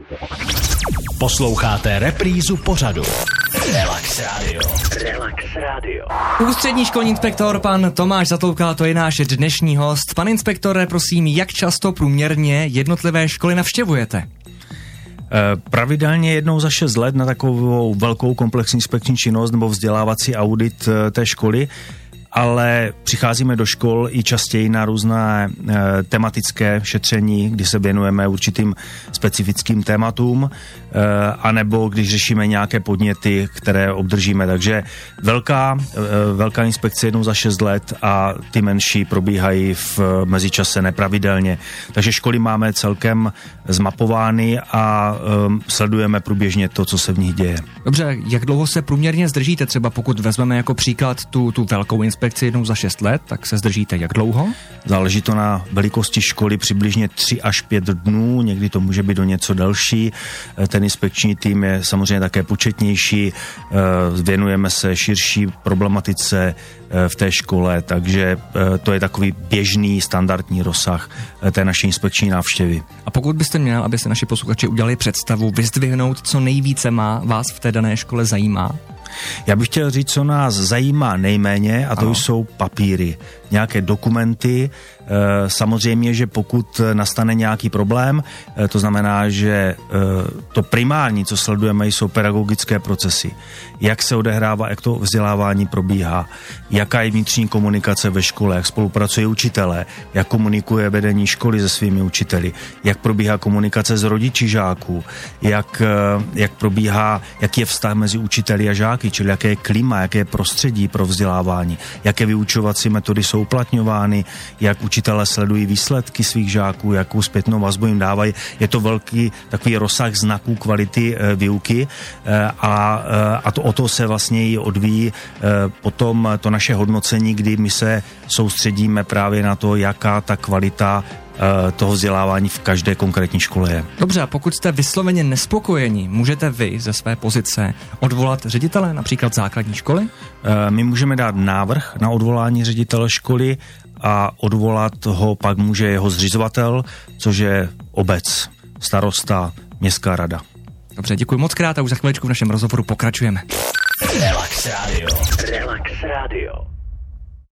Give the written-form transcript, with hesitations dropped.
Posloucháte reprízu pořadu Relax Radio. Relax Radio. Ústřední školní inspektor pan Tomáš Zatloukal, to je náš dnešní host. Pane inspektore, prosím, jak často průměrně jednotlivé školy navštěvujete? Pravidelně jednou za 6 let na takovou velkou komplexní inspekční činnost nebo vzdělávací audit té školy, ale přicházíme do škol i častěji na různé tematické šetření, kdy se věnujeme určitým specifickým tématům, anebo když řešíme nějaké podněty, které obdržíme. Takže velká inspekce jednou za 6 let a ty menší probíhají v mezičase nepravidelně. Takže školy máme celkem zmapovány a sledujeme průběžně to, co se v nich děje. Dobře, jak dlouho se průměrně zdržíte? Třeba pokud vezmeme jako příklad tu velkou inspekci jednou za 6 let, tak se zdržíte jak dlouho? Záleží to na velikosti školy, přibližně 3 až 5 dnů, někdy to může být o něco delší. Ten inspekční tým je samozřejmě také početnější, věnujeme se širší problematice v té škole, takže to je takový běžný, standardní rozsah té naší inspekční návštěvy. A pokud byste měl, aby se naši posluchači udělali představu, vyzdvihnout, co nejvíce vás v té dané škole zajímá? Já bych chtěl říct, co nás zajímá nejméně, a to jsou papíry, nějaké dokumenty. Samozřejmě, že pokud nastane nějaký problém, to znamená, že to primární, co sledujeme, jsou pedagogické procesy. Jak se odehrává, jak to vzdělávání probíhá, jaká je vnitřní komunikace ve škole, jak spolupracují učitelé, jak komunikuje vedení školy se svými učiteli, jak probíhá komunikace s rodiči žáků, jak probíhá, jaký je vztah mezi učiteli a žáky, čili jaké je klima, jaké je prostředí pro vzdělávání, jaké vyučovací metody jsou uplatňovány, jak učitelé sledují výsledky svých žáků, jakou zpětnou vazbu jim dávají. Je to velký takový rozsah znaků kvality výuky a o to se vlastně i odvíjí potom to naše hodnocení, kdy my se soustředíme právě na to, jaká ta kvalita toho vzdělávání v každé konkrétní škole je. Dobře, a pokud jste vysloveně nespokojeni, můžete vy ze své pozice odvolat ředitele, například základní školy? My můžeme dát návrh na odvolání ředitele školy a odvolat ho pak může jeho zřizovatel, což je obec, starosta, městská rada. Dobře, děkuji moc krát a už za chviličku v našem rozhovoru pokračujeme. Relax Radio. Relax Radio.